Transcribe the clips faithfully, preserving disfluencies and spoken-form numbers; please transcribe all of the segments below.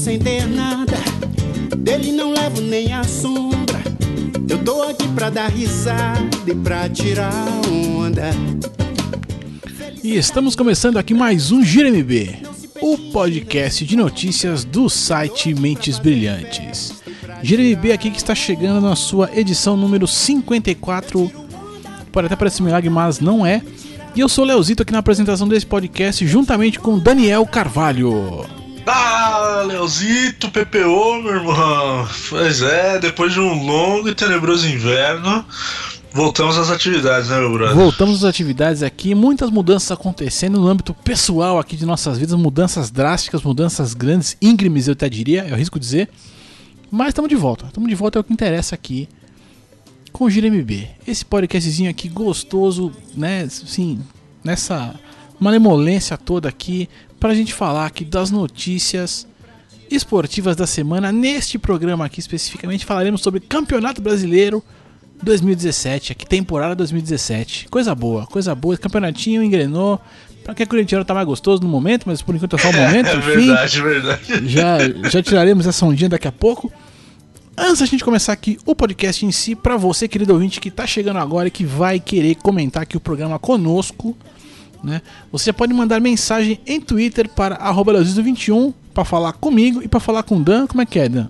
sem ter nada, dele não levo nem a sombra. Eu tô aqui pra dar risada e pra tirar onda. E estamos começando aqui mais um Gira M B, o podcast de notícias do site Mentes Brilhantes. Gira M B aqui que está chegando na sua edição número cinquenta e quatro. Pode até parecer milagre, mas não é. E eu sou o Leozito aqui na apresentação desse podcast, juntamente com Daniel Carvalho. Ah, Leozito, P P O, meu irmão. Pois é, depois de um longo e tenebroso inverno, voltamos às atividades, né, meu brother? Voltamos às atividades aqui, muitas mudanças acontecendo no âmbito pessoal aqui de nossas vidas, mudanças drásticas, mudanças grandes, íngremes eu até diria, eu arrisco dizer. Mas estamos de volta, estamos de volta, é o que interessa aqui com o Gira M B. Esse podcastzinho aqui gostoso, né, assim, nessa malemolência toda aqui, pra gente falar aqui das notícias esportivas da semana. Neste programa aqui especificamente falaremos sobre Campeonato Brasileiro dois mil e dezessete, aqui temporada dois mil e dezessete. Coisa boa, coisa boa, esse campeonatinho engrenou. Pra que o corintiano tá mais gostoso no momento, mas por enquanto é só o momento. É enfim, verdade, verdade. Já, já tiraremos essa ondinha daqui a pouco. Antes da gente começar aqui o podcast em si, pra você, querido ouvinte, que tá chegando agora e que vai querer comentar aqui o programa conosco, né? Você já pode mandar mensagem em Twitter para arroba leozito vinte e um pra falar comigo e pra falar com o Dan. Como é que é, Dan?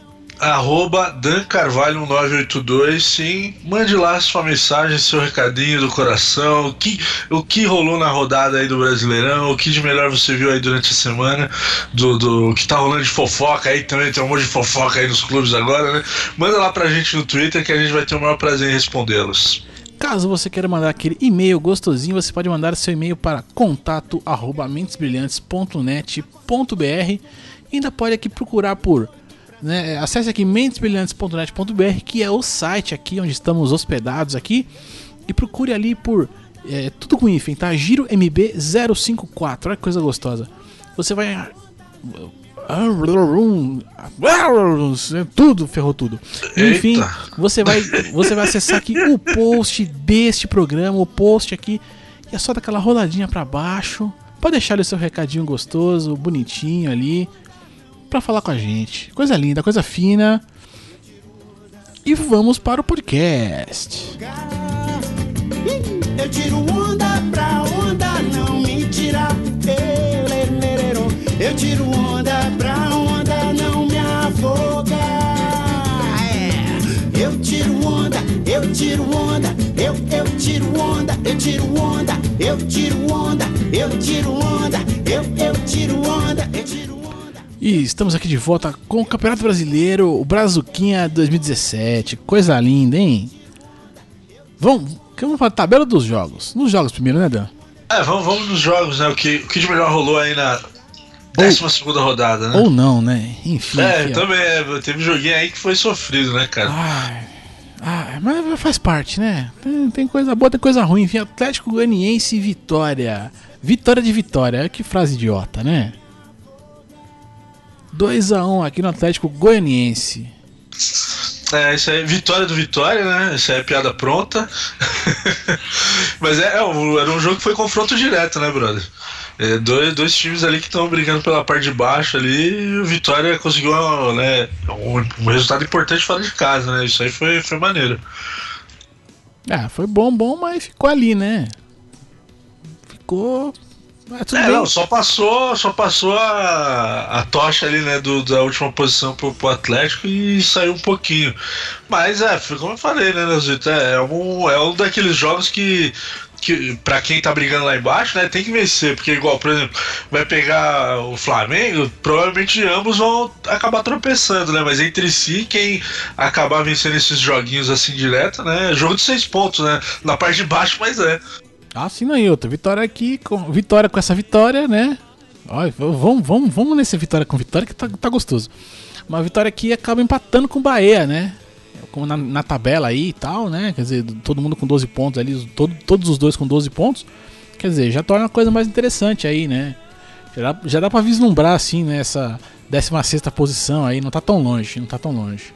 Arroba Dan Carvalho um nove oito dois, sim, mande lá sua mensagem, seu recadinho do coração, o que, o que rolou na rodada aí do Brasileirão, o que de melhor você viu aí durante a semana, do, do que tá rolando de fofoca aí também, tem um monte de fofoca aí nos clubes agora, né? Manda lá pra gente no Twitter que a gente vai ter o maior prazer em respondê-los. Caso você queira mandar aquele e-mail gostosinho, você pode mandar seu e-mail para contato arroba mentes brilhantes ponto net ponto b r e ainda pode aqui procurar por... Né, acesse aqui mentes brilhantes ponto net ponto b r, que é o site aqui onde estamos hospedados aqui, e procure ali por é, tudo com hífen, tá? Giro M B zero cinco quatro, olha que coisa gostosa. Você vai... Tudo, ferrou tudo. Enfim, Eita. você vai, você vai acessar aqui o post deste programa, o post aqui, e é só dar aquela roladinha pra baixo. Pode deixar ali o seu recadinho gostoso, bonitinho ali, pra falar com a gente. Coisa linda, coisa fina. E vamos para o podcast. Eu tiro onda pra onda não me tirar. Eu tiro onda pra onda não me afogar. É. Eu tiro onda, eu tiro onda, eu, eu tiro onda, eu tiro onda, eu tiro onda, eu tiro onda, eu, eu tiro onda, eu tiro onda. E estamos aqui de volta com o Campeonato Brasileiro, o Brazuquinha dois mil e dezessete. Coisa linda, hein? Vamos, vamos para a tabela dos jogos. Nos jogos primeiro, né, Dan? É, vamos, vamos nos jogos, né? O que, o que de melhor rolou aí na décima segunda rodada, né? Ou não, né? Enfim. É, aqui, também é, teve um joguinho aí que foi sofrido, né, cara? Ai, ai, mas faz parte, né? Tem, tem coisa boa, tem coisa ruim. Enfim, Atlético Goianiense e Vitória. Vitória de Vitória, que frase idiota, né? dois a um aqui no Atlético Goianiense. É, isso aí, vitória do Vitória, né? Isso aí é piada pronta. Mas é, é, era um jogo que foi confronto direto, né, brother? É, dois, dois times ali que estão brigando pela parte de baixo ali, e o Vitória conseguiu, né, um, um resultado importante fora de casa, né? Isso aí foi, foi maneiro. Ah, foi bom, bom, mas ficou ali, né? Ficou... Ah, tudo É, bem. não, só passou, só passou a, a tocha ali, né, do, da última posição pro, pro Atlético e saiu um pouquinho. Mas é, foi como eu falei, né, Leozito, é, é, um, é um daqueles jogos que, que, pra quem tá brigando lá embaixo, né, tem que vencer, porque igual, por exemplo, vai pegar o Flamengo, provavelmente ambos vão acabar tropeçando, né, mas entre si, quem acabar vencendo esses joguinhos assim direto, né, é jogo de seis pontos, né, na parte de baixo, mas é. Ah, sim, não, e outra. Vitória aqui, com, vitória com essa vitória, né? Olha, vamos, vamos, vamos nessa vitória com vitória que tá, tá gostoso. Uma vitória aqui acaba empatando com o Bahia, né? Como na, na tabela aí e tal, né? Quer dizer, todo mundo com doze pontos ali, todo, todos os dois com doze pontos. Quer dizer, já torna a coisa mais interessante aí, né? Já dá, já dá pra vislumbrar, assim, né? Essa décima sexta posição aí, não tá tão longe, não tá tão longe.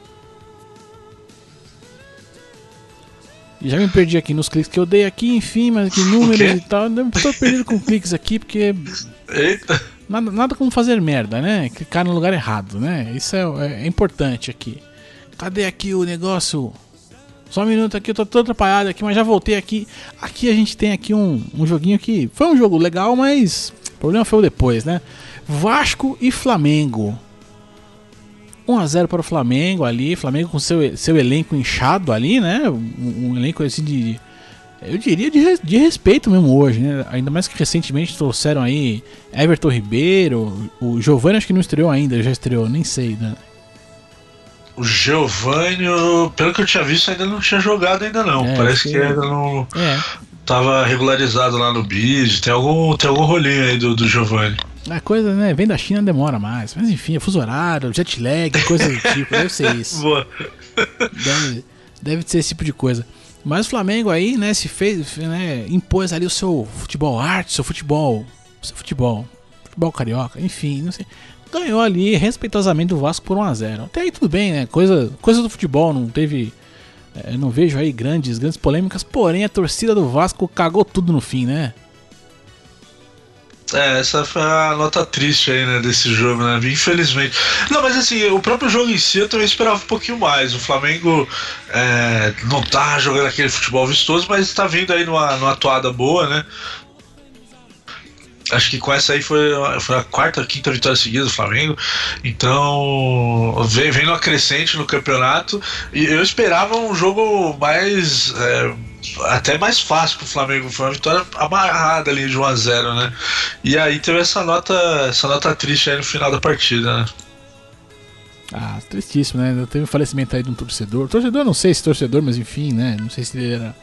E já me perdi aqui nos cliques que eu dei aqui, enfim, mas que números e tal. Eu tô perdido com cliques aqui porque... Eita! Nada, nada como fazer merda, né? Clicar no lugar errado, né? Isso é, é, é importante aqui. Cadê aqui o negócio? Só um minuto aqui, eu tô todo atrapalhado aqui, mas já voltei aqui. Aqui a gente tem aqui um, um joguinho que foi um jogo legal, mas o problema foi o depois, né? Vasco e Flamengo. um a zero para o Flamengo ali. Flamengo com seu, seu elenco inchado ali, né? Um, um elenco assim de... Eu diria de, de respeito mesmo hoje, né? Ainda mais que recentemente trouxeram aí Everton Ribeiro. O Giovani acho que não estreou ainda, já estreou, nem sei, né? O Giovani, pelo que eu tinha visto, ainda não tinha jogado ainda não. É, Parece que, que ainda não é. Tava regularizado lá no bid. Tem algum, tem algum rolinho aí do, do Giovani. A coisa, né? Vem da China, demora mais. Mas enfim, é fuso horário, jet lag, coisa do tipo. Deve ser isso. Boa. Deve, deve ser esse tipo de coisa. Mas o Flamengo aí, né, se fez, né, impôs ali o seu futebol arte, seu futebol, seu futebol, futebol carioca, enfim, não sei. Ganhou ali respeitosamente do Vasco por um a zero. Até aí tudo bem, né? Coisa, coisa do futebol, não teve, é, não vejo aí grandes, grandes polêmicas, porém a torcida do Vasco cagou tudo no fim, né? É, essa foi a nota triste aí, né, desse jogo, né, infelizmente. Não, mas assim, o próprio jogo em si eu também esperava um pouquinho mais. O Flamengo é, não tá jogando aquele futebol vistoso, mas tá vindo aí numa, numa atuada boa, né. Acho que com essa aí foi, foi a quarta, quinta vitória seguida do Flamengo. Então vem, vem numa crescente no campeonato. E eu esperava um jogo mais... É, até mais fácil pro Flamengo. Foi uma vitória amarrada ali de um a zero, né? E aí teve essa nota, essa nota triste aí no final da partida, né? Ah, tristíssimo, né? Teve o falecimento aí de um torcedor. Torcedor, não sei se torcedor, mas enfim, né? Não sei se ele era...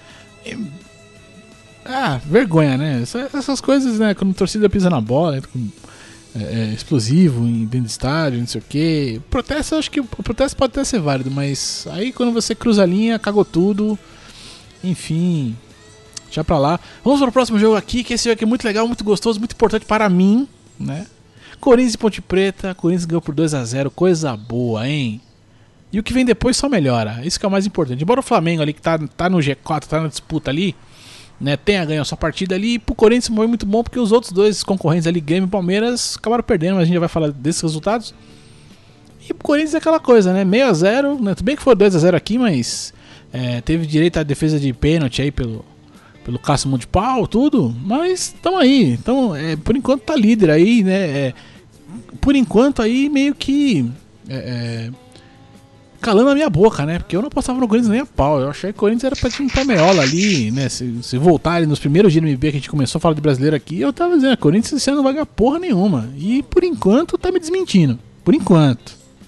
Ah, vergonha, né? Essas, essas coisas, né? Quando a torcida pisa na bola, com, é, é, explosivo em, dentro do estádio, não sei o quê. Protesto, eu acho que o protesto pode até ser válido, mas aí quando você cruza a linha, cagou tudo. Enfim, já pra lá. Vamos para o próximo jogo aqui, que esse jogo aqui é muito legal, muito gostoso, muito importante para mim, né? Corinthians e Ponte Preta. Corinthians ganhou por dois a zero, coisa boa, hein? E o que vem depois só melhora, isso que é o mais importante. Embora o Flamengo ali, que tá, tá no G quatro, tá na disputa ali, né, tenha ganho a sua partida ali, e pro Corinthians foi muito bom, porque os outros dois concorrentes ali, Grêmio e Palmeiras, acabaram perdendo, mas a gente já vai falar desses resultados. E pro Corinthians é aquela coisa, né, meio a zero, né, tudo bem que foi dois a zero aqui, mas é, teve direito à defesa de pênalti aí pelo, pelo Cássio Mão de Pau, tudo, mas tamo aí, então, é, por enquanto tá líder aí, né, é, por enquanto aí meio que... É, é, calando a minha boca, né? Porque eu não passava no Corinthians nem a pau. Eu achei que o Corinthians era pra time Palmeola ali, né? Se, se voltarem nos primeiros dias do M B que a gente começou a falar de brasileiro aqui, eu tava dizendo, Corinthians esse ano não vai ganhar porra nenhuma. E por enquanto tá me desmentindo. Por enquanto.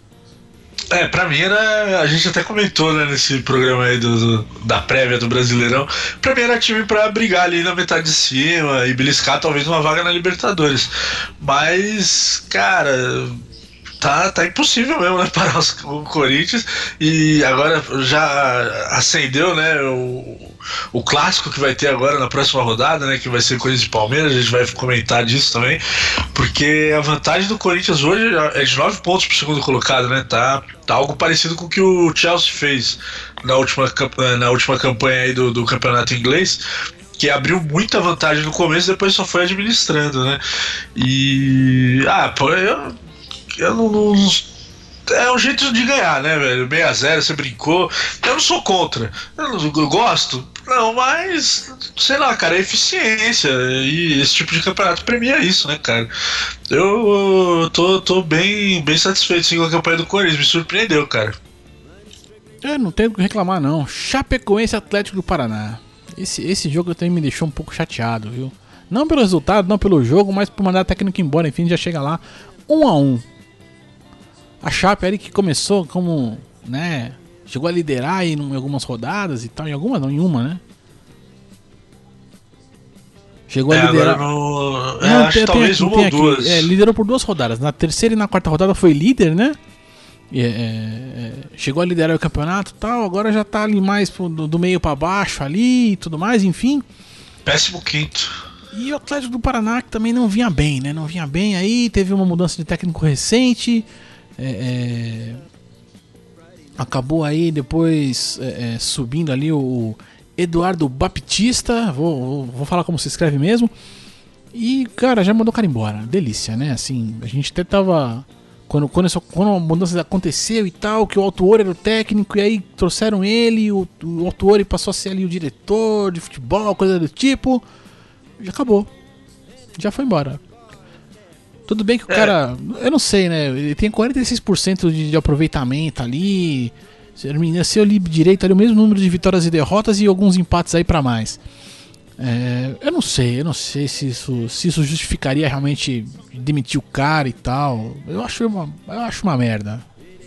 É, pra mim era. A gente até comentou, né, nesse programa aí do, do, da prévia do Brasileirão. Pra mim era time pra brigar ali na metade de cima e beliscar talvez uma vaga na Libertadores. Mas, cara. Tá, tá impossível mesmo, né, parar os, o Corinthians. E agora já acendeu, né, o, o clássico que vai ter agora na próxima rodada, né, que vai ser Corinthians e Palmeiras. A gente vai comentar disso também, porque a vantagem do Corinthians hoje é de nove pontos pro segundo colocado, né, tá, tá algo parecido com o que o Chelsea fez na última, na última campanha aí do, do campeonato inglês, que abriu muita vantagem no começo e depois só foi administrando, né. E... ah, pô, eu... Eu não, não. É um jeito de ganhar, né, velho? seis a zero, você brincou. Eu não sou contra. Eu, não, eu gosto. Não, mas. Sei lá, cara, é eficiência. E esse tipo de campeonato premia isso, né, cara? Eu, eu tô, tô bem, bem satisfeito sim, com a campanha do Corinthians. Me surpreendeu, cara. Eu não tenho o que reclamar, não. Chapecoense Atlético do Paraná. Esse, esse jogo também me deixou um pouco chateado, viu? Não pelo resultado, não pelo jogo, mas por mandar a técnica embora. Enfim, já chega lá. Um a um. A Chape ali que começou como, né, chegou a liderar aí em algumas rodadas e tal, em algumas não, em uma, né? Chegou é, a liderar. No... É, não, acho que talvez aqui, uma ou duas. É, liderou por duas rodadas. Na terceira e na quarta rodada foi líder, né? É, é, chegou a liderar o campeonato e tal, agora já tá ali mais do, do meio pra baixo ali e tudo mais, enfim. Péssimo quinto. E o Atlético do Paraná que também não vinha bem, né? Não vinha bem aí, teve uma mudança de técnico recente. É, é, acabou aí depois é, é, subindo ali o Eduardo Baptista, vou, vou, vou falar como se escreve mesmo. E, cara, já mandou o cara embora. Delícia, né? Assim, a gente até tava... Quando, quando, isso, quando a mudança aconteceu e tal, que o Autuori era o técnico, e aí trouxeram ele, o, o Autuori passou a ser ali o diretor de futebol, coisa do tipo. Já acabou. Já foi embora. Tudo bem que o é. cara... Eu não sei, né? Ele tem quarenta e seis por cento de, de aproveitamento ali. Se eu li direito ali, o mesmo número de vitórias e derrotas e alguns empates aí pra mais. É, eu não sei, eu não sei se isso, se isso justificaria realmente demitir o cara e tal. Eu acho uma, eu acho uma merda.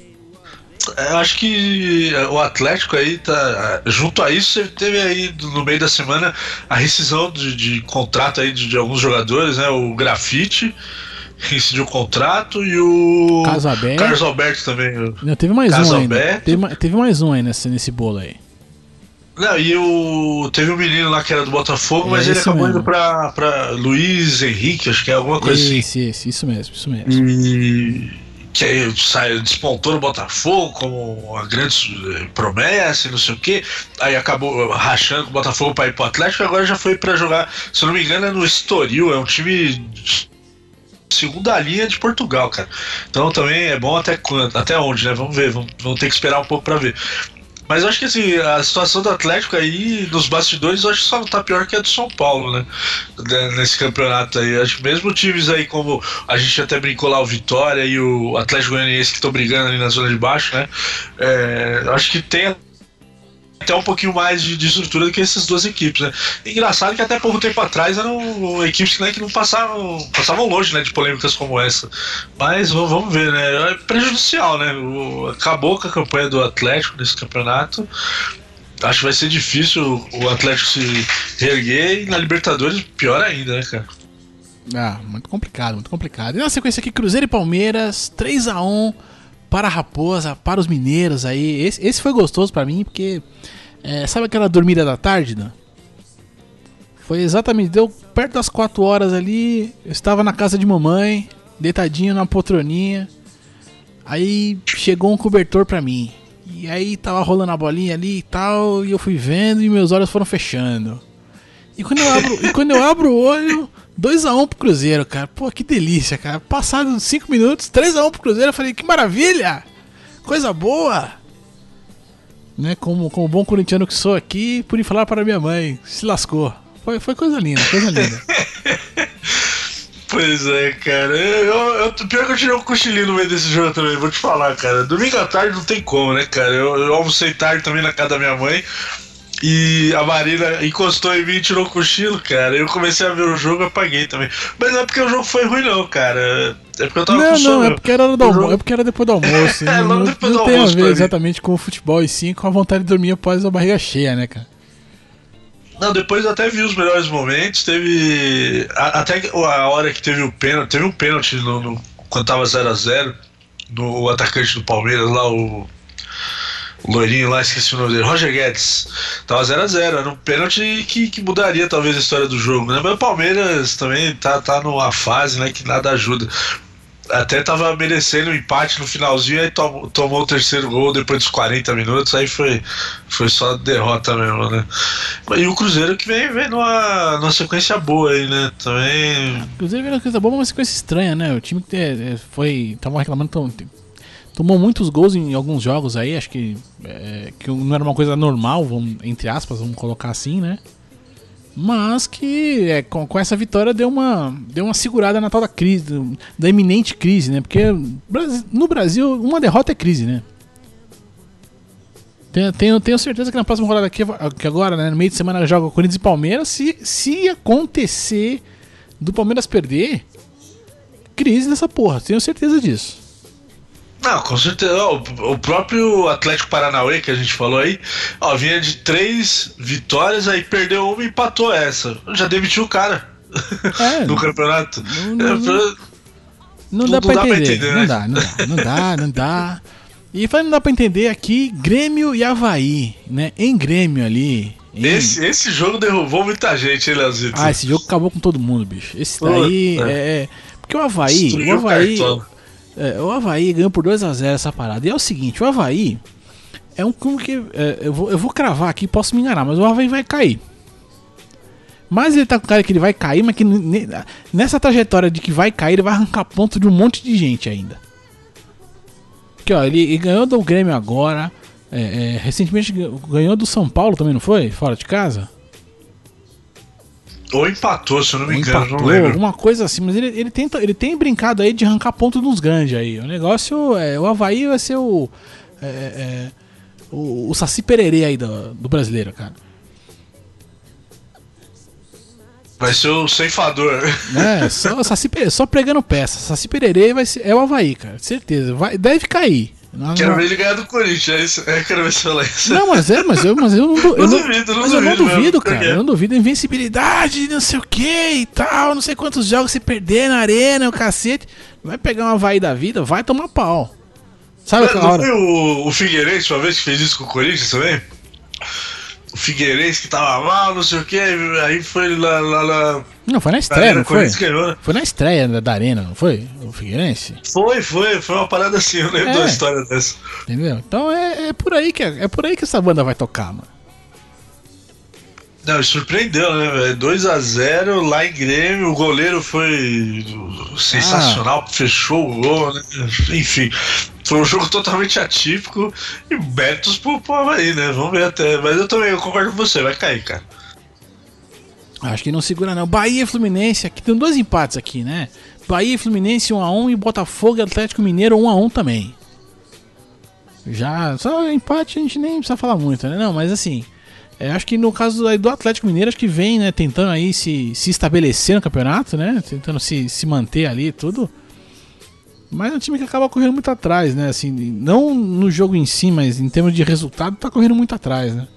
Eu acho que o Atlético aí tá. Junto a isso, ele teve aí no meio da semana a rescisão de, de contrato aí de, de alguns jogadores, né? O Grafite rescindiu o contrato e o Carlos Alberto, Carlos Alberto também. Não, teve mais Carlos um ainda. Teve, teve mais um aí nesse, nesse bolo aí. Não, e o. Teve um menino lá que era do Botafogo, é, mas ele acabou mesmo. indo pra, pra Luiz Henrique, acho que é alguma coisa esse, assim. Esse, esse, isso mesmo, isso mesmo. E que aí saiu, despontou no Botafogo como uma grande promessa e não sei o que. Aí acabou rachando com o Botafogo pra ir pro Atlético, agora já foi pra jogar, se eu não me engano, é no Estoril, é um time segunda linha de Portugal, cara. Então também é bom até quando, até onde, né? Vamos ver, vamos, vamos ter que esperar um pouco pra ver. Mas eu acho que assim, a situação do Atlético aí, nos bastidores, eu acho que só não tá pior que a do São Paulo, né? Nesse campeonato aí. Eu acho que mesmo times aí como a gente até brincou lá, o Vitória e o Atlético Goianiense que estão brigando ali na zona de baixo, né? É, eu acho que tem até um pouquinho mais de, de estrutura do que essas duas equipes, né? Engraçado que até pouco tempo atrás eram equipes, né, que não passavam, passavam longe, né, de polêmicas como essa. Mas vamos ver, né? É prejudicial, né? O, acabou com a campanha do Atlético nesse campeonato. Acho que vai ser difícil o Atlético se reerguer, e na Libertadores pior ainda, né, cara? Ah, muito complicado, muito complicado. E na sequência aqui, Cruzeiro e Palmeiras, três a um para a Raposa, para os mineiros aí. Esse, esse foi gostoso pra mim, porque é, sabe aquela dormida da tarde, né? Foi exatamente, deu perto das quatro horas ali, eu estava na casa de mamãe, deitadinho na poltroninha. Aí chegou um cobertor pra mim. E aí tava rolando a bolinha ali e tal, e eu fui vendo e meus olhos foram fechando. E quando eu abro, e quando eu abro o olho, dois a um pro Cruzeiro, cara. Pô, que delícia, cara. Passados cinco minutos, três a um pro Cruzeiro, eu falei, que maravilha! Coisa boa! Né, como, como bom corintiano que sou aqui, pude falar para minha mãe, se lascou. Foi, foi coisa linda, coisa linda. Pois é, cara. Eu, eu, pior que eu tirei um cochilinho no meio desse jogo também, vou te falar, cara. Domingo à tarde não tem como, né, cara? Eu, eu almocei tarde também na casa da minha mãe. E a Marina encostou em mim e tirou o cochilo, cara. Eu comecei a ver o jogo e apaguei também. Mas não é porque o jogo foi ruim, não, cara. É porque eu tava não, com sono. Não, é porque era hora do almoço. Jogo... É porque era depois do almoço. é, não depois não do tem almoço, a ver exatamente com o futebol e sim com a vontade de dormir após a barriga cheia, né, cara? Não, depois eu até vi os melhores momentos. Teve. A, até a hora que teve o pênalti. Teve um pênalti no, no, quando tava zero a zero. No atacante do Palmeiras lá, o. O loirinho lá, esqueci o nome dele, Roger Guedes. Tava zero a zero, era um pênalti que, que mudaria talvez a história do jogo, né? Mas o Palmeiras também tá, tá numa fase, né, que nada ajuda. Até tava merecendo um empate no finalzinho, aí tom, tomou o terceiro gol depois dos quarenta minutos, aí foi, foi só derrota mesmo, né? E o Cruzeiro que vem, vem numa, numa sequência boa aí, né? Também. O Cruzeiro vem numa sequência boa, mas uma sequência estranha, né? O time que foi. Tava reclamando tão. Tomou muitos gols em alguns jogos aí, acho que, é, que não era uma coisa normal, vamos, entre aspas, vamos colocar assim, né? Mas que é, com, com essa vitória deu uma, deu uma segurada na tal da crise, da iminente crise, né? Porque no Brasil uma derrota é crise, né? Tenho, tenho, tenho certeza que na próxima rodada aqui, que agora, né, no meio de semana joga Corinthians e Palmeiras, se, se acontecer do Palmeiras perder, crise nessa porra, tenho certeza disso. Não, com certeza. O, o próprio Atlético Paranauê que a gente falou aí, ó, vinha de três vitórias, aí perdeu uma e empatou essa. Já demitiu o cara é, no campeonato. Não, não, não, não dá, não pra, dá entender, pra entender, né? Não dá, não dá, não dá, não dá. E falando, não dá pra entender aqui, Grêmio e Avaí, né? Em Grêmio ali. Em... Esse, esse jogo derrubou muita gente, hein, Leozito? Ah, esse jogo acabou com todo mundo, bicho. Esse daí Puta. é. Porque o Avaí. Destruiu o Avaí. O É, o Avaí ganhou por dois a zero essa parada. E é o seguinte, o Avaí é um clube que... É, eu, vou, eu vou cravar aqui, posso me enganar, mas o Avaí vai cair. Mas ele tá com cara que ele vai cair, mas que ne- nessa trajetória de que vai cair, ele vai arrancar ponto de um monte de gente ainda. Porque, ó, ele, ele ganhou do Grêmio agora. É, é, recentemente ganhou do São Paulo também, não foi? Fora de casa? Ou empatou, se eu não me Ou engano, empatou, não lembro. alguma coisa assim. Mas ele, ele, tenta, ele tem brincado aí de arrancar ponto dos grandes aí. O negócio é... O Avaí vai ser o... É, é, o, o Saci Pererê aí do, do brasileiro, cara. Vai ser o ceifador. É, só, Saci, Pererê, só pregando peça. Saci Pererê vai ser, é o Avaí, cara. Certeza. Vai, deve cair. Não, Quero não, ver ele ganhar do Corinthians. É isso. É, quero ver se fala isso. não, mas é, mas eu, mas eu não, du- eu Não não duvido, não mas eu não duvido duvido, mesmo, cara. porque- Eu não duvido. Invencibilidade, não sei o que e tal. Não sei quantos jogos você perder na arena, o cacete. Vai pegar uma Avaí da vida, vai tomar pau. Sabe Não, aquela não hora? foi o, o Figueirense uma vez que fez isso com o Corinthians também? O Figueirense que tava mal, não sei o que, aí foi lá, lá, lá Não, foi na na estreia, arena, não o foi? Corinthians ganhou, né? Foi na estreia da, da arena, não foi? O Figueirense? Foi, foi, foi uma parada assim, eu lembro É. de uma história dessa. Entendeu? Então é, é por aí que é, é por aí que essa banda vai tocar, mano. Não, surpreendeu, né, velho? dois a zero lá em Grêmio, o goleiro foi sensacional, fechou o gol, né? Enfim, foi um jogo totalmente atípico e méritos pro povo aí, né? Vamos ver até. Mas eu também eu concordo com você, vai cair, cara. Acho que não segura não. Bahia e Fluminense, aqui tem dois empates aqui, né? Bahia e Fluminense um a um e Botafogo e Atlético Mineiro um a um também. Já, só empate a gente nem precisa falar muito, né? Não, mas assim, é, acho que no caso aí do Atlético Mineiro, acho que vem, né, tentando aí se, se estabelecer no campeonato, né? Tentando se, se manter ali e tudo. Mas é um time que acaba correndo muito atrás, né? Assim, não no jogo em si, mas em termos de resultado, tá correndo muito atrás, né?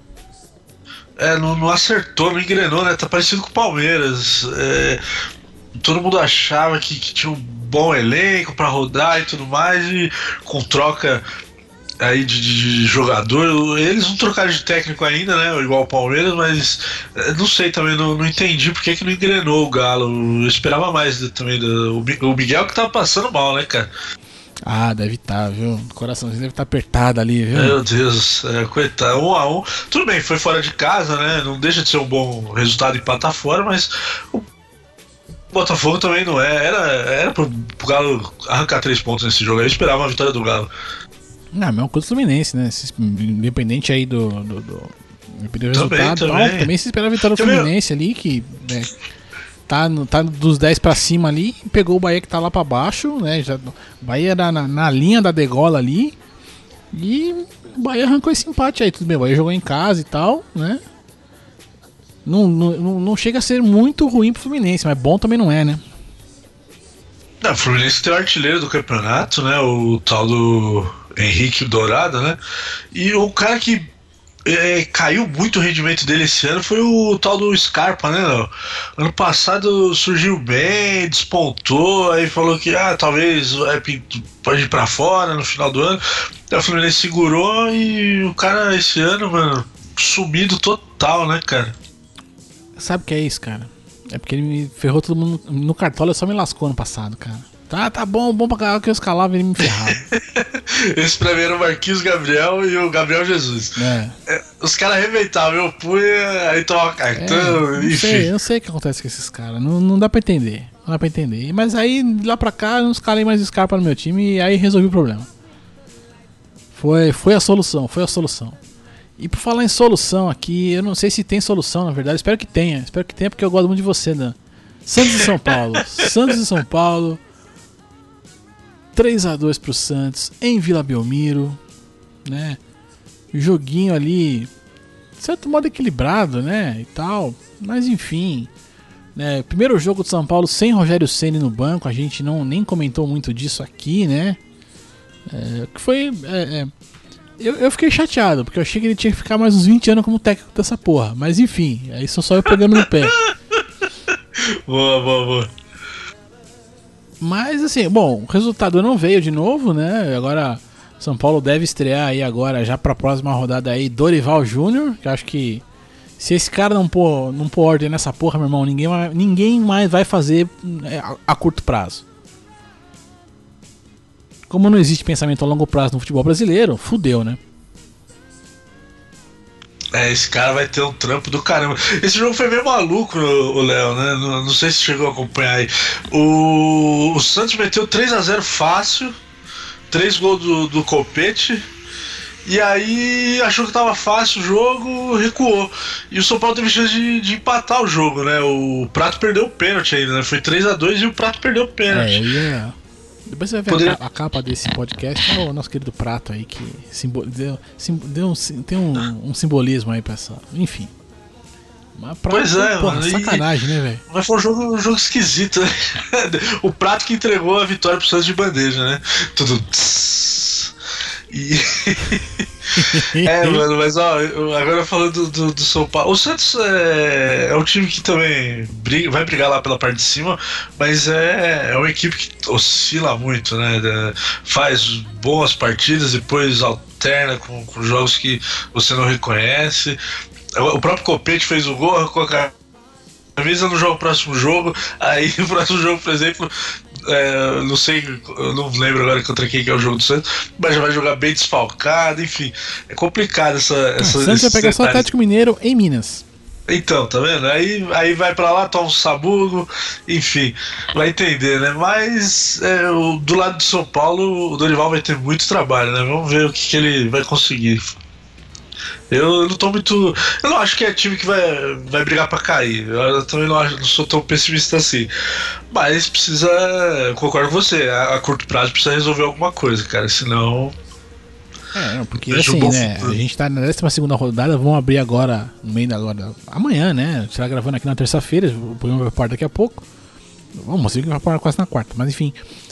É, não, não acertou, não engrenou, né? Tá parecido com o Palmeiras. É, todo mundo achava que, que tinha um bom elenco pra rodar e tudo mais, e com troca aí de, de jogador, eles não trocaram de técnico ainda, né? Igual o Palmeiras, mas é, não sei também, não, não entendi porque que não engrenou o Galo. Eu esperava mais de- também do, o Mi- o Miguel que tava passando mal, né, cara? Ah, deve estar, viu? O coraçãozinho deve estar apertado ali, viu? Meu Deus, é, coitado, um a um. Tudo bem, foi fora de casa, né? Não deixa de ser um bom resultado empatar fora, mas o Botafogo também não é. Era, era pro, pro Galo arrancar três pontos nesse jogo. Eu esperava uma vitória do Galo. Não, a mesma coisa do Fluminense, né? Se- Independente aí do, do, do, independente do Também, resultado, também. tal, também se espera a vitória do Também. Fluminense ali, que né, tá, no, tá dos dez pra cima ali, pegou o Bahia que tá lá pra baixo, né? Já, o Bahia era na, na linha da degola ali, e o Bahia arrancou esse empate aí, tudo bem, o Bahia jogou em casa e tal, né? Não, não, não- não chega a ser muito ruim pro Fluminense, mas bom também não é, né? Não, o Fluminense tem o artilheiro do campeonato, né? O tal do Henrique Dourado, né? E o cara que é, caiu muito o rendimento dele esse ano foi o tal do Scarpa, né? Léo? Ano passado surgiu bem, despontou, aí falou que ah, talvez é, pode ir pra fora no final do ano. Aí o Fluminense segurou e o cara esse ano, mano, sumido total, né, cara? Sabe o que é isso, cara? É porque ele me ferrou todo mundo no cartola, só me lascou ano passado, cara. Tá, tá bom, bom pra caralho que eu escalava e ele me ferrava. Esse pra mim era o Marquinhos Gabriel e o Gabriel Jesus. É. É, os caras arrebentavam, eu punha, aí tomava É, cartão, não enfim. sei, eu não sei o que acontece com esses caras. Não, não dá pra entender. Não dá pra entender. Mas aí, de lá pra cá, eu não escalei mais Scarpa no meu time e aí resolvi o problema. Foi, foi a solução, foi a solução. E por falar em solução aqui, eu não sei se tem solução, na verdade. Espero que tenha. Espero que tenha, porque eu gosto muito de você, Dan. Santos e São Paulo. Santos e São Paulo. três a dois pro Santos em Vila Belmiro, né? Joguinho ali, de certo modo equilibrado, né? E tal, mas enfim, né? Primeiro jogo do São Paulo sem Rogério Ceni no banco, a gente não nem comentou muito disso aqui, né? É, que foi, é, é, eu, eu fiquei chateado porque eu achei que ele tinha que ficar mais uns vinte anos como técnico dessa porra, mas enfim, aí sou só eu pegando no pé. Boa, boa, boa. Mas assim, bom, o resultado não veio de novo, né? Agora São Paulo deve estrear aí agora já pra próxima rodada aí Dorival Júnior, que eu acho que se esse cara não pôr, não pôr ordem nessa porra, meu irmão, ninguém, mais- ninguém mais vai fazer é, a, a curto prazo. Como não existe pensamento a longo prazo no futebol brasileiro, fudeu, né? É, esse cara vai ter um trampo do caramba. Esse jogo foi meio maluco, o Léo, né? Não, não sei se chegou a acompanhar aí. O, o Santos meteu três a zero fácil, três gols do, do Copete. E aí achou que tava fácil o jogo, recuou. E o São Paulo teve chance de, de empatar o jogo, né? O Prato perdeu o pênalti ainda, né? Foi três a dois e o Prato perdeu o pênalti. É, eu ia... Depois você vai ver Poderia... a, a capa desse podcast, é o nosso querido Prato aí, que simbol... deu, sim, deu um, tem um, um simbolismo aí pra essa... Enfim. Mas Prato, pois é, porra, mano. Sacanagem, e... né, velho? Mas foi um jogo, um jogo esquisito, né? O Prato que entregou a vitória pro Santos de bandeja, né? Tudo... E... é, mano, mas ó, agora falando do, do, do São Paulo, o Santos é, é um time que também briga, vai brigar lá pela parte de cima, mas é, é uma equipe que oscila muito, né? Faz boas partidas, depois alterna com, com jogos que você não reconhece. O próprio Copete fez o gol com a camisa no jogo, próximo jogo, aí no próximo jogo, por exemplo. É, não sei, eu não lembro agora contra quem que é o jogo do Santos, mas já vai jogar bem desfalcado, enfim. É complicado essa. essa o Santos vai pegar só o Atlético Mineiro em Minas. Então, tá vendo? Aí, aí vai pra lá, toma um sabugo, enfim, vai entender, né? Mas é, o, do lado de São Paulo, o Dorival vai ter muito trabalho, né? Vamos ver o que, que ele vai conseguir. Eu não tô muito. Eu não acho que é time que vai, vai brigar pra cair. Eu também não, acho, não sou tão pessimista assim. Mas precisa. Concordo com você. A, a curto prazo precisa resolver alguma coisa, cara. Senão. É, porque assim, um né? Futuro. A gente tá na décima segunda rodada. Vamos abrir agora, no meio da agora. Amanhã, né? A gente tá gravando aqui na terça-feira. O programa vai parar daqui a pouco. Vamos, ver que vai parar quase na quarta. Mas enfim.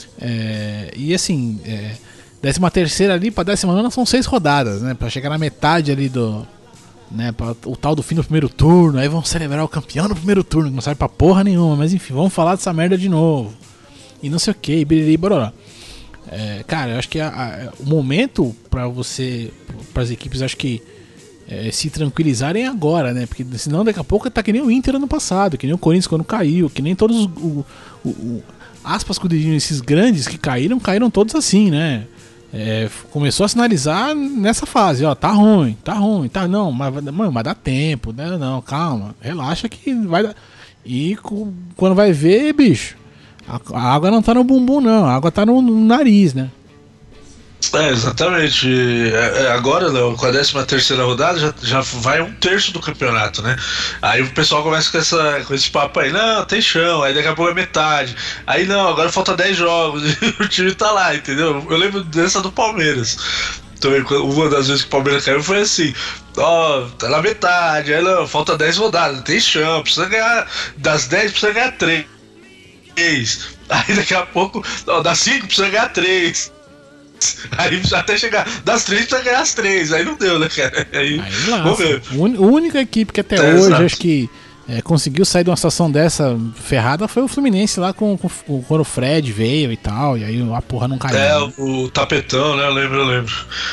É, e assim. É, décima terceira ali pra décima nona são seis rodadas, né? Pra chegar na metade ali do... Né, pra, o tal do fim do primeiro turno. Aí vão celebrar o campeão no primeiro turno. Não serve pra porra nenhuma. Mas enfim, vamos falar dessa merda de novo. E não sei o que, biriri, bororó. É, cara, eu acho que a, a, o momento pra você... Pras equipes, acho que é, se tranquilizarem agora, né? Porque senão daqui a pouco tá que nem o Inter ano passado. Que nem o Corinthians quando caiu. Que nem todos os... O, o, o, aspas com o dedinho, esses grandes que caíram, caíram todos assim, né? É, começou a sinalizar nessa fase, ó, tá ruim, tá ruim, tá, não, mas, mano, mas dá tempo, né, não, calma, relaxa que vai dar. E quando vai ver, bicho, a, a água não tá no bumbum não, a água tá no, no nariz, né. É, exatamente. É, agora, Léo, com a décima terceira rodada, já, já vai um terço do campeonato, né? Aí o pessoal começa com, essa, com esse papo aí, não, tem chão, aí daqui a pouco é metade. Aí não, agora falta dez jogos e o time tá lá, entendeu? Eu lembro dessa do Palmeiras. Também, uma das vezes que o Palmeiras caiu foi assim, ó, oh, tá na metade, aí não, falta dez rodadas, tem chão, precisa ganhar, das dez precisa ganhar três. Aí daqui a pouco, ó, das cinco precisa ganhar três. Aí até chegar das três pra ganhar as três, aí não deu, né, cara? Aí, aí vamos ver. A única equipe que até é, hoje exato. acho que é, conseguiu sair de uma situação dessa ferrada foi o Fluminense lá com, com, com quando o Fred veio e tal, e aí a porra não caiu. É, né? o tapetão, né? Eu lembro, eu lembro.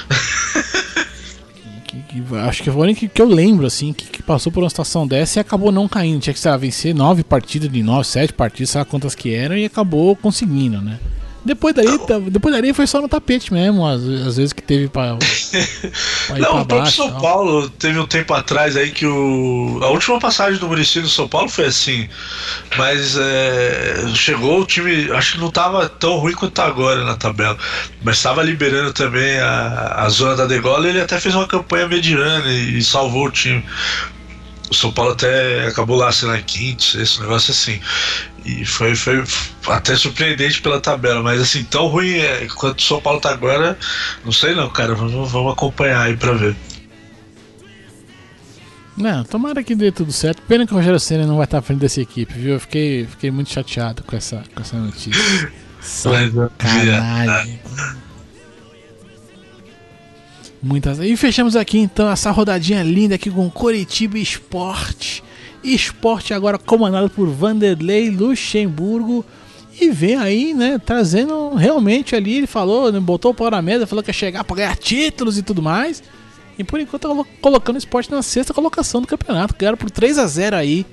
que, que, acho que foi o único que eu lembro, assim, que, que passou por uma situação dessa e acabou não caindo. Tinha que sei lá, vencer nove partidas de nove, sete partidas, sei lá quantas que eram, e acabou conseguindo, né? Depois daí, depois daí foi só no tapete mesmo, às, às vezes que teve pra, pra ir não, pra o próprio baixo, São tal. Paulo teve um tempo atrás aí que o a última passagem do Muricy no São Paulo foi assim, mas é, chegou o time, acho que não tava tão ruim quanto tá agora na tabela, mas estava liberando também a, a zona da degola, e ele até fez uma campanha mediana e, e salvou o time. O São Paulo até acabou lá, sei lá, em quinto, esse negócio assim. E foi, foi até surpreendente pela tabela, mas assim, tão ruim é, quanto o São Paulo tá agora, não sei não, cara, vamos, vamos acompanhar aí pra ver. Não, tomara que dê tudo certo. Pena que o Rogério Ceni não vai estar à frente dessa equipe, viu? Eu fiquei, fiquei muito chateado com essa, com essa notícia. Sacanagem. Muitas. E fechamos aqui então essa rodadinha linda aqui com Coritiba Esporte. Esporte agora comandado por Vanderlei Luxemburgo. E vem aí, né, trazendo realmente ali, ele falou, né, botou o pau na mesa, falou que ia chegar pra ganhar títulos e tudo mais. E por enquanto tá colocando o Esporte na sexta colocação do campeonato. Ganharam por três a zero aí.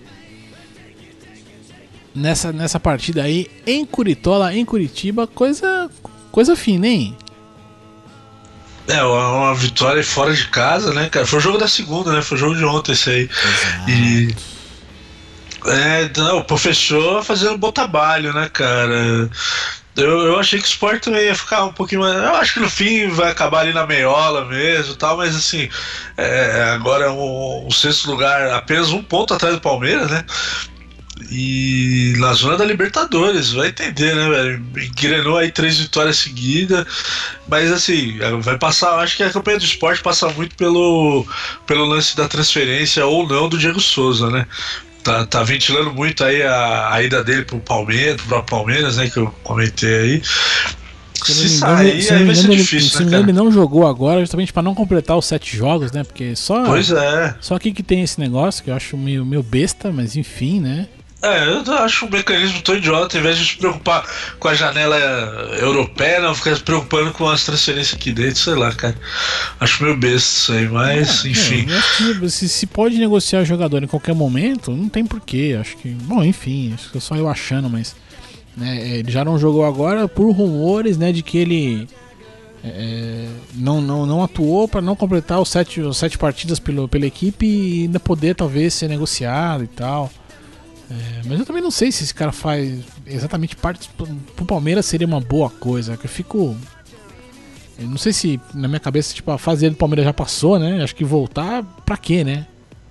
Nessa, nessa partida aí em Curitola, em Curitiba. Coisa, coisa fina, hein? É, uma, uma vitória fora de casa, né, cara? Foi o jogo da segunda, né? Foi o jogo de ontem esse aí. Exato. E. É, não, pô, fechou fazendo um bom trabalho, né, cara? Eu, eu achei que o Sport também ia ficar um pouquinho mais. Eu acho que no fim vai acabar ali na meiola mesmo e tal, mas assim, é, agora o, o sexto lugar, apenas um ponto atrás do Palmeiras, né? E na zona da Libertadores, vai entender, né, velho? Engrenou aí três vitórias seguidas, mas assim, vai passar. Acho que a campanha do Sport passa muito pelo, pelo lance da transferência ou não do Diego Souza, né? Tá, tá ventilando muito aí a, a ida dele pro Palmeiras, pro próprio Palmeiras, né? Que eu comentei aí. Se, Se não sair, engano, se aí não vai ser engano, ele, difícil, se né, não engano, cara? ele não jogou agora justamente pra não completar os sete jogos, né? Porque só, Pois é. só aqui que tem esse negócio que eu acho meio, meio besta, mas enfim, né? É, eu acho um mecanismo tão idiota, em vez de se preocupar com a janela europeia, não ficar se preocupando com as transferências aqui dentro, sei lá, cara. Acho meio besta isso aí, mas É, enfim. é, eu acho que se, se pode negociar jogador em qualquer momento, não tem porquê. Acho que. Bom, enfim, acho que é só eu achando, mas. Né, ele já não jogou agora por rumores, né, de que ele é, não, não, não atuou para não completar os sete, os sete partidas pelo, pela equipe e ainda poder talvez ser negociado e tal. É, mas eu também não sei se esse cara faz exatamente parte pro Palmeiras seria uma boa coisa. Que eu fico. Eu não sei se na minha cabeça tipo, a fase dele do Palmeiras já passou, né? Acho que voltar pra quê, né?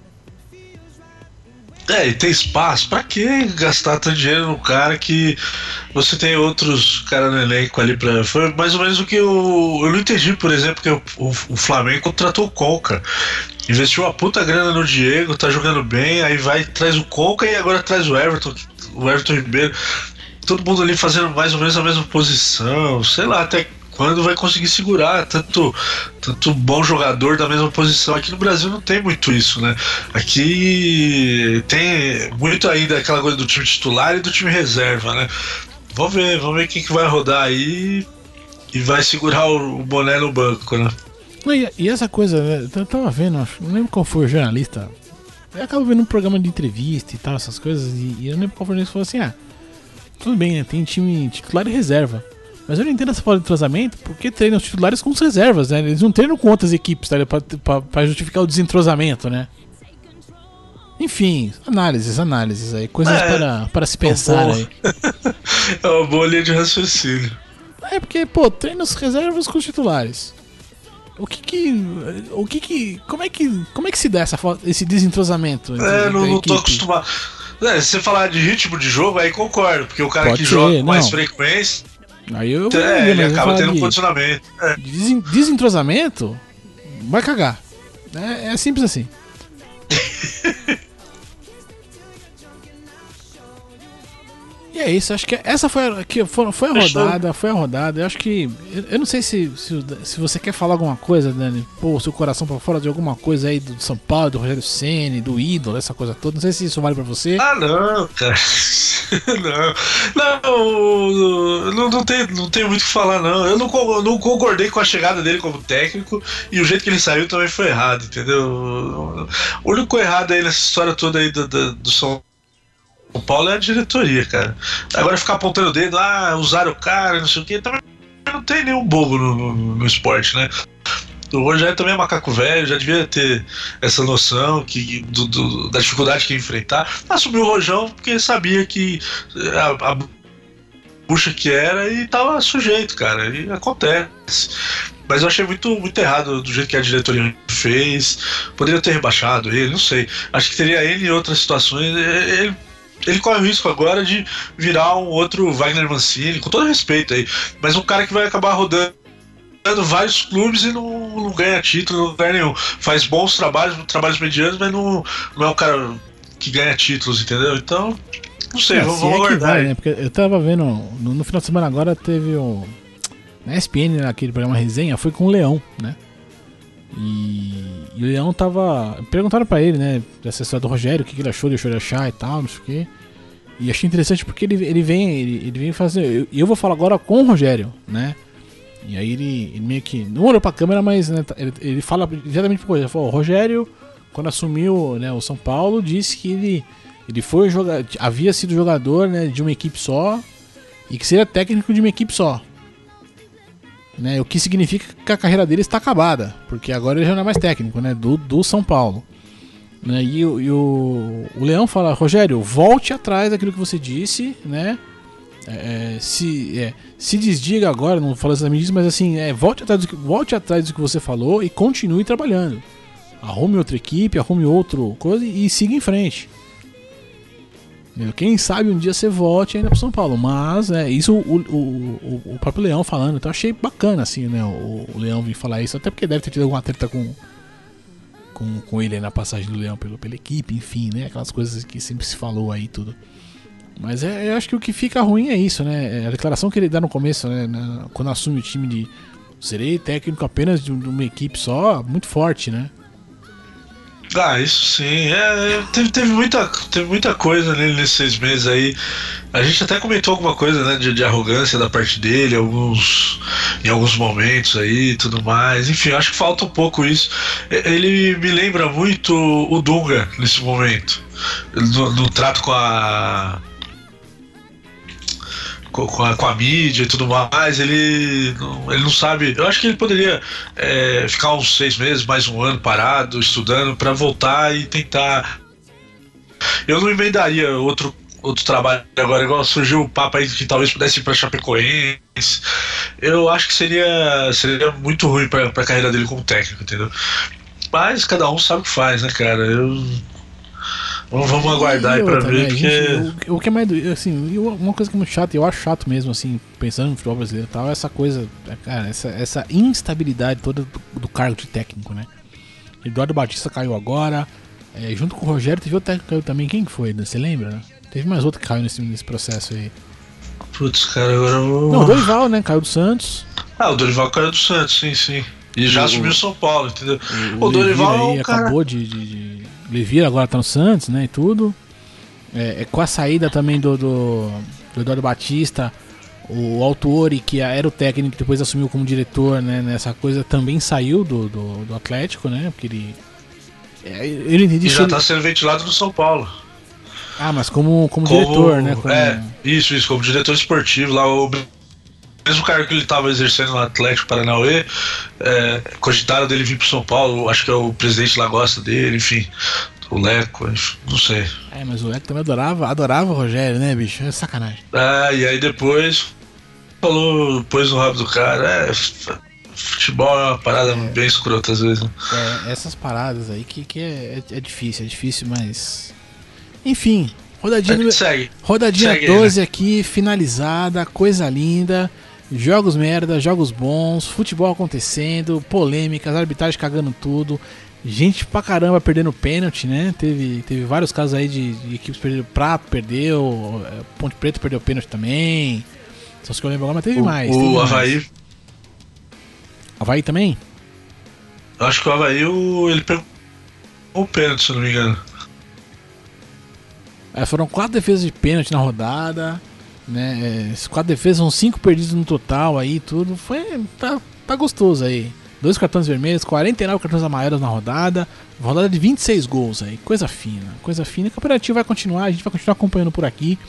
É, e tem espaço. Pra que gastar tanto dinheiro no cara que você tem outros caras no elenco ali pra. Foi mais ou menos o que eu. Eu não entendi, por exemplo, que o, o, o Flamengo contratou o Conca. Investiu uma puta grana no Diego, tá jogando bem, aí vai, traz o Conca e agora traz o Everton, o Everton Ribeiro. Todo mundo ali fazendo mais ou menos a mesma posição. Sei lá até quando vai conseguir segurar tanto, tanto bom jogador da mesma posição. Aqui no Brasil não tem muito isso, né? Aqui tem muito ainda aquela coisa do time titular e do time reserva, né? Vamos ver, vamos ver quem que vai rodar aí e vai segurar o, o boné no banco, né? E, e essa coisa, né, eu tava vendo, acho, não lembro qual foi o jornalista. Eu acabo vendo um programa de entrevista e tal, essas coisas, e, e eu não lembro qual foi o jornalista que falou assim: ah, tudo bem, né? Tem time titular e reserva. Mas eu não entendo essa falta de entrosamento porque treinam os titulares com as reservas, né? Eles não treinam com outras equipes, tá? Pra, pra, pra justificar o desentrosamento, né? Enfim, análises, análises aí, coisas É, para, para se pensar bom. aí. É uma boa linha de raciocínio. É porque, pô, treina as reservas com os titulares. O que que. O que que. Como é que. Como é que se dá essa, falta- esse desentrosamento? entre- É, entre não, a não tô equipe? acostumado. É, se você falar de ritmo de jogo, aí concordo, porque o cara Pode que ser, joga com mais não. frequência, Aí eu. é, ele mas eu acaba vou tendo falar um de- condicionamento. É. Desen- Desentrosamento? Vai cagar. É, é simples assim. E é isso, acho que essa foi a, que foi, foi a Fechou. rodada, foi a rodada. Eu acho que. Eu, eu não sei se, se, o- se você quer falar alguma coisa, Dani. Pô, o seu coração pra fora de alguma coisa aí do São Paulo, do Rogério Ceni, do ídolo, essa coisa toda. Não sei se isso vale pra você. Ah, não, cara. Não, não, não, não, tem, não tem muito o que falar, não. Eu não, con- eu não concordei com a chegada dele como técnico e o jeito que ele saiu também foi errado, entendeu? O único errado aí nessa história toda aí do, do, do São Paulo é a diretoria, cara. Agora ficar apontando o dedo, ah, usaram o cara, não sei o que, também não tem nenhum bobo no, no, no esporte, né? O Rogério também é macaco velho, já devia ter essa noção que, do, do- da dificuldade que ia enfrentar. Assumiu o Rojão porque sabia que a, a bucha que era e tava sujeito, cara. E acontece. Mas eu achei muito, muito errado do jeito que a diretoria fez. Poderia ter rebaixado ele, não sei. Acho que teria ele em outras situações. Ele, ele corre o risco agora de virar um outro Wagner Mancini, com todo respeito aí. Mas um cara que vai acabar rodando vários clubes e não, não ganha título, não ganha nenhum. Faz bons trabalhos, trabalhos medianos, mas não, não é um cara que ganha títulos, entendeu? Então, não sei, É, vamos, se vamos é que aguardar. vai, aí. né? Porque eu tava vendo. No, no final de semana agora teve o. Na E S P N, naquele programa Resenha, foi com o Leão, né? E, e o Leão tava. Perguntaram pra ele, né? Dessa história do Rogério, o que, que ele achou, deixou ele achar e tal, não sei o quê. E achei interessante porque ele, ele vem. Ele, ele vem fazer. Eu, eu vou falar agora com o Rogério, né? E aí ele, ele meio que. Não olhou pra câmera, mas né, ele, ele fala diretamente pro Rogério. Ele falou, o Rogério, quando assumiu, né, o São Paulo, disse que ele, ele foi jogar. Havia sido jogador, né, de uma equipe só e que seria técnico de uma equipe só. né? O que significa que a carreira dele está acabada, porque agora ele já não é mais técnico, né? Do, do São Paulo. Né? E, e o, o Leão fala: Rogério, volte atrás daquilo que você disse, né? É, se, é, se desdiga agora, não falo exatamente disso, mas assim, é, volte, atrás do que, volte atrás do que você falou e continue trabalhando. Arrume outra equipe, arrume outra coisa e siga em frente. Quem sabe um dia você volte ainda pro São Paulo. Mas é isso o, o, o, o próprio Leão falando. Então achei bacana assim, né? O, o Leão vir falar isso. Até porque deve ter tido alguma treta com, com, com ele aí na passagem do Leão pelo, pela equipe, enfim, né? Aquelas coisas que sempre se falou aí tudo. Mas é, eu acho que o que fica ruim é isso, né? A declaração que ele dá no começo, né? Na, quando assume o time de serei técnico apenas de uma equipe só, muito forte, né? Ah, isso sim. É, teve, teve, muita, teve muita coisa nele nesses seis meses aí. A gente até comentou alguma coisa, né, de, de arrogância da parte dele, alguns, em alguns momentos aí e tudo mais. Enfim, acho que falta um pouco isso. Ele me lembra muito o Dunga nesse momento. No, no trato com a. Com a, com a mídia e tudo mais, ele não, ele não sabe. Eu acho que ele poderia é, ficar uns seis meses, mais um ano parado, estudando, para voltar e tentar. Eu não emendaria outro, outro trabalho agora, igual surgiu o papo aí que talvez pudesse ir para Chapecoense. Eu acho que seria, seria muito ruim para a carreira dele como técnico, entendeu? Mas cada um sabe o que faz, né, cara? Eu. Vamos aguardar aí pra outra, ver, né? Porque... Gente, o, o que é mais... Assim, uma coisa que é muito chata, eu acho chato mesmo, assim, pensando no futebol brasileiro e tal, é essa coisa, cara, essa, essa instabilidade toda do, do cargo de técnico, né? Eduardo Batista caiu agora, é, junto com o Rogério, teve outro técnico que caiu também, quem que foi, né? Você lembra, né? Teve mais outro que caiu nesse, nesse processo aí. Putz, cara, agora eu vou... Não, o Dorival, né? Caiu do Santos. Ah, o Dorival caiu do Santos, sim, sim. E já o, assumiu São Paulo, entendeu? O, o, o Dorival aí é cara... acabou de... de, de... Levira agora tá no Santos, né, e tudo. É, é, com a saída também do, do, do Eduardo Batista, o Autuori, que era o técnico que depois assumiu como diretor, né, nessa coisa, também saiu do, do, do Atlético, né, porque ele... É, ele e já ele... tá sendo ventilado no São Paulo. Ah, mas como, como, como diretor, né? Como... É, isso, isso, como diretor esportivo, lá o mesmo cargo que ele estava exercendo no Atlético Paranauê, é, cogitaram dele vir pro São Paulo, acho que é o presidente lá gosta dele, enfim, o Leco, não sei. É, mas o Leco também adorava, adorava o Rogério, né, bicho? É sacanagem. É, e aí depois falou, pôs no rabo do cara, é, futebol é uma parada é, bem escrota às vezes. Né? É, essas paradas aí que, que é, é, é difícil, é difícil, mas... Enfim, rodadinha, segue, rodadinha segue doze aí, né? aqui, finalizada, coisa linda... Jogos merda, jogos bons, futebol acontecendo, polêmicas, arbitragem cagando tudo, gente pra caramba perdendo pênalti, né? Teve, teve vários casos aí de, de equipes perderam, Prato perdeu, Ponte Preta perdeu pênalti também. Só os que eu lembro agora, mas teve o, mais. O teve Avaí. Mais. Avaí também? Eu acho que o Avaí o, ele pegou o pênalti, se não me engano. É, foram quatro defesas de pênalti na rodada. Né, esses quatro defesas são cinco perdidos no total aí, tudo. Foi. Tá, tá gostoso aí. Dois cartões vermelhos, quarenta e nove cartões amarelos na rodada. Rodada de vinte e seis gols aí. Coisa fina. Coisa fina. O campeonato vai continuar, a gente vai continuar acompanhando por aqui.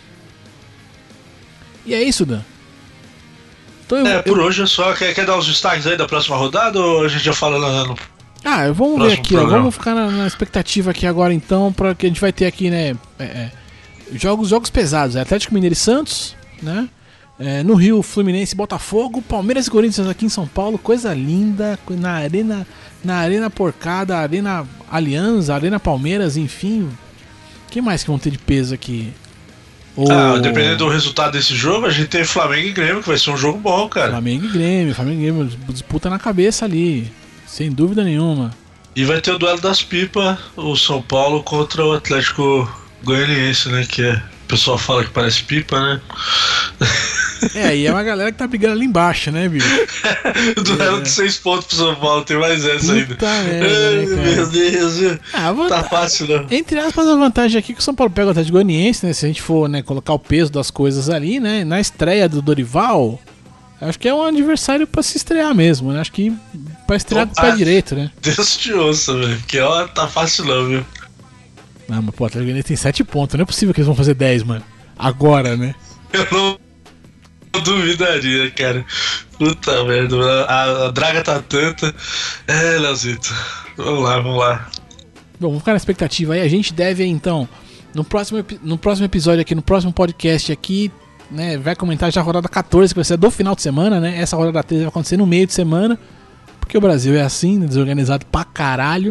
E é isso, Dan. Então, eu, é, por eu... hoje é só. Quer, quer dar os destaques aí da próxima rodada ou a gente já fala no. no... Ah, vamos ver aqui, ó, vamos ficar na, na expectativa aqui agora então, para que a gente vai ter aqui, né? É, é, Jogos, jogos pesados, é Atlético Mineiro e Santos, né? É, no Rio, Fluminense e Botafogo, Palmeiras e Corinthians aqui em São Paulo, coisa linda, na Arena, na Arena Porcada, Arena Aliança, Arena Palmeiras, enfim. O que mais que vão ter de peso aqui? O... Ah, dependendo do resultado desse jogo, a gente tem Flamengo e Grêmio, que vai ser um jogo bom, cara. Flamengo e Grêmio, Flamengo e Grêmio, disputa na cabeça ali, sem dúvida nenhuma. E vai ter o duelo das pipas, o São Paulo contra o Atlético Goianiense, né? Que é, o pessoal fala que parece pipa, né? É, e é uma galera que tá brigando ali embaixo, né, bicho? Duelo é. de seis pontos pro São Paulo, tem mais essa Puta ainda. Merda, né, meu Deus, ah, vou... tá fácil, não. Entre aspas, a vantagem aqui é que o São Paulo pega o Atlético Goianiense, né? Se a gente for, né, colocar o peso das coisas ali, né? Na estreia do Dorival, acho que é um adversário pra se estrear mesmo, né? Acho que pra estrear do pé direito, né? Deus te ouça, velho. Porque ó, tá fácil não, viu? Não, mas pô, o Atlético Goianiense tem sete pontos, não é possível que eles vão fazer dez, mano. Agora, né? Eu não duvidaria, cara. Puta merda, a, a draga tá tanta. É, Leozito. Vamos lá, vamos lá. Bom, vamos ficar na expectativa aí. A gente deve, então, no próximo, no próximo episódio aqui, no próximo podcast aqui, né, vai comentar já a rodada catorze, que vai ser do final de semana, né? Essa rodada treze vai acontecer no meio de semana, porque o Brasil é assim, né, desorganizado pra caralho.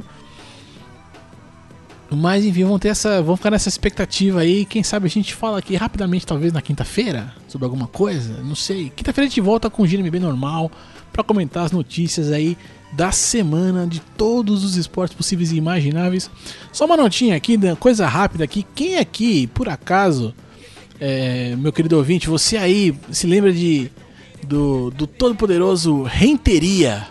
Mas enfim, vamos ter essa, vamos ficar nessa expectativa aí. Quem sabe a gente fala aqui rapidamente, talvez na quinta-feira, sobre alguma coisa, não sei. Quinta-feira a gente volta com o G M B normal pra comentar as notícias aí da semana de todos os esportes possíveis e imagináveis. Só uma notinha aqui, coisa rápida aqui. Quem aqui, por acaso, é, meu querido ouvinte, você aí se lembra de do, do todo-poderoso Renteria?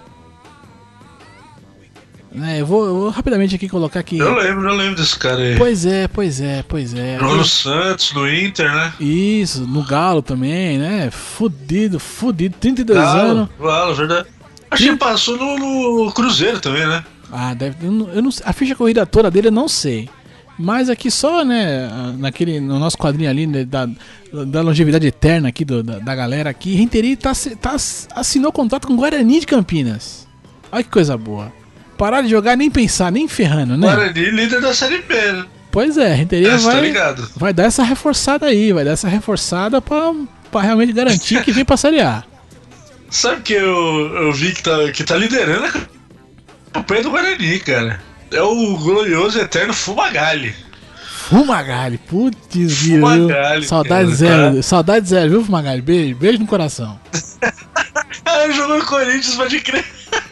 É, eu, vou, eu vou rapidamente aqui colocar aqui. Eu lembro, eu lembro desse cara aí. Pois é, pois é, pois é. Jogou no Santos, no Inter, né? Isso, no Galo também, né? Fudido, fudido, trinta e dois Galo, anos. Galo, verdade. Acho que ele passou no, no Cruzeiro também, né? Ah, deve, eu não, eu não, a ficha corrida toda dele eu não sei. Mas aqui só, né, naquele, no nosso quadrinho ali, né, da, da longevidade eterna aqui do, da, da galera aqui, Renteria tá, tá, assinou contrato com o Guarani de Campinas. Olha que coisa boa. Parar de jogar, nem pensar, nem ferrando, né? Guarani, líder da Série B, né? Pois é, Renteria é, vai, tá vai dar essa reforçada aí, vai dar essa reforçada pra, pra realmente garantir que vem pra Série A. Sabe que eu, eu vi que tá, que tá liderando a campanha do Guarani, cara. É o glorioso eterno Fumagalli. Fumagalli, putz, Fumagalli. Saudade cara, zero, tá? saudade zero, viu, Fumagalli? Beijo, beijo no coração. Ah, jogou no Corinthians, pode crer.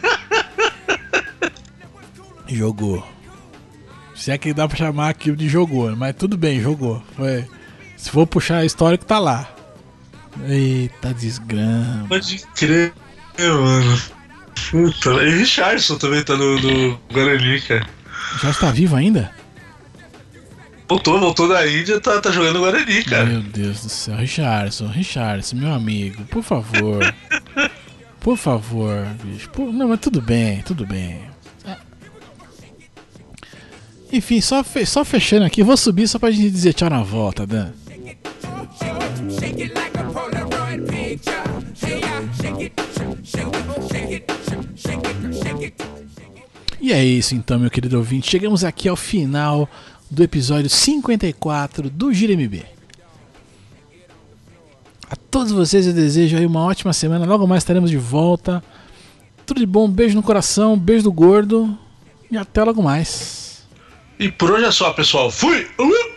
Jogou. Se é que dá pra chamar aquilo de jogou, mas tudo bem, jogou. Foi. Se for puxar histórico, tá lá. Eita desgrama. Pode crer, mano. Puta, e Richardson também tá no, no Guarani, cara. Já está vivo ainda? Voltou, voltou da Índia, tá, tá jogando no Guarani, cara. Meu Deus do céu, Richardson, Richardson, meu amigo, por favor. Por favor, bicho. Por... Não, mas tudo bem, tudo bem. Enfim, só, fe... só fechando aqui, vou subir só pra gente dizer tchau na volta, Dan. E é isso então, meu querido ouvinte. Chegamos aqui ao final do episódio cinquenta e quatro do Gira M B. A todos vocês eu desejo aí uma ótima semana. Logo mais estaremos de volta. Tudo de bom, beijo no coração, beijo do gordo. E até logo mais. E por hoje é só, pessoal. Fui!